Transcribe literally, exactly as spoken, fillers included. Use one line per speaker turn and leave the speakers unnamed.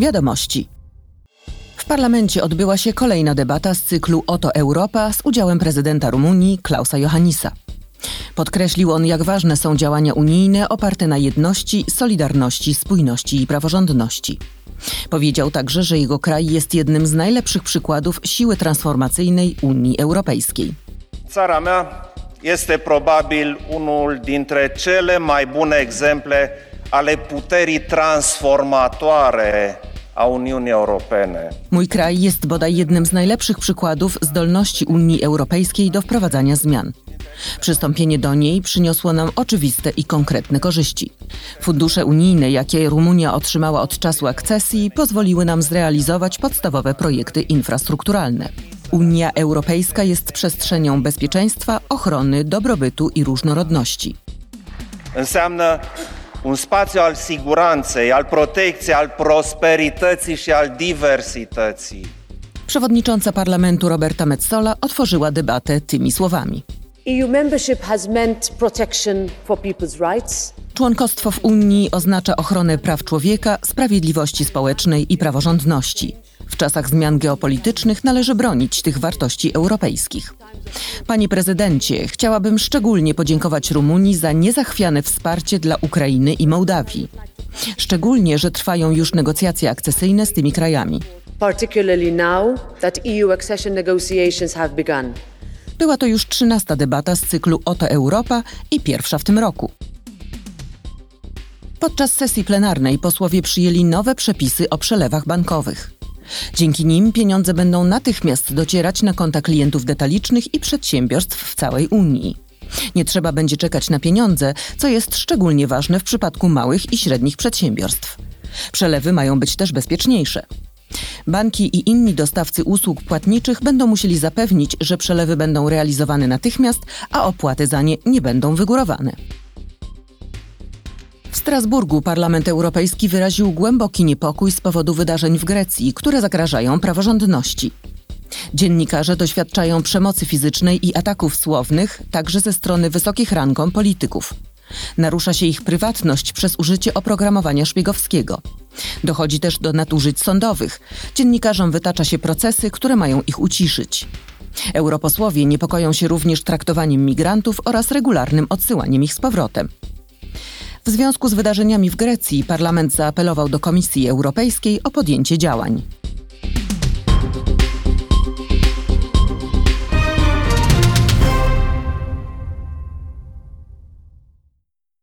Wiadomości. W parlamencie odbyła się kolejna debata z cyklu Oto Europa z udziałem prezydenta Rumunii Klausa Iohannisa. Podkreślił on, jak ważne są działania unijne oparte na jedności, solidarności, spójności i praworządności. Powiedział także, że jego kraj jest jednym z najlepszych przykładów siły transformacyjnej Unii Europejskiej.
Țara mea este probabil unul dintre cele mai bune exemple ale puterii transformatoare a Uniunii Europene.
Mój kraj jest bodaj jednym z najlepszych przykładów zdolności Unii Europejskiej do wprowadzania zmian. Przystąpienie do niej przyniosło nam oczywiste i konkretne korzyści. Fundusze unijne, jakie Rumunia otrzymała od czasu akcesji, pozwoliły nam zrealizować podstawowe projekty infrastrukturalne. Unia Europejska jest przestrzenią bezpieczeństwa, ochrony, dobrobytu i różnorodności.
Înseamnă un spațiu al siguranței, al protecției, al prosperității și al diversității.
Przewodnicząca parlamentu Roberta Metsola otworzyła debatę tymi słowami.
E U membership has meant protection for people's rights.
Członkostwo w Unii oznacza ochronę praw człowieka, sprawiedliwości społecznej i praworządności. W czasach zmian geopolitycznych należy bronić tych wartości europejskich. Panie prezydencie, chciałabym szczególnie podziękować Rumunii za niezachwiane wsparcie dla Ukrainy i Mołdawii. Szczególnie, że trwają już negocjacje akcesyjne z tymi krajami.
Particularly now that E U accession negotiations have begun.
Była to już trzynasta debata z cyklu Oto Europa i pierwsza w tym roku. Podczas sesji plenarnej posłowie przyjęli nowe przepisy o przelewach bankowych. Dzięki nim pieniądze będą natychmiast docierać na konta klientów detalicznych i przedsiębiorstw w całej Unii. Nie trzeba będzie czekać na pieniądze, co jest szczególnie ważne w przypadku małych i średnich przedsiębiorstw. Przelewy mają być też bezpieczniejsze. Banki i inni dostawcy usług płatniczych będą musieli zapewnić, że przelewy będą realizowane natychmiast, a opłaty za nie nie będą wygórowane. W Strasburgu Parlament Europejski wyraził głęboki niepokój z powodu wydarzeń w Grecji, które zagrażają praworządności. Dziennikarze doświadczają przemocy fizycznej i ataków słownych, także ze strony wysokich rangą polityków. Narusza się ich prywatność przez użycie oprogramowania szpiegowskiego. Dochodzi też do nadużyć sądowych. Dziennikarzom wytacza się procesy, które mają ich uciszyć. Europosłowie niepokoją się również traktowaniem migrantów oraz regularnym odsyłaniem ich z powrotem. W związku z wydarzeniami w Grecji parlament zaapelował do Komisji Europejskiej o podjęcie działań.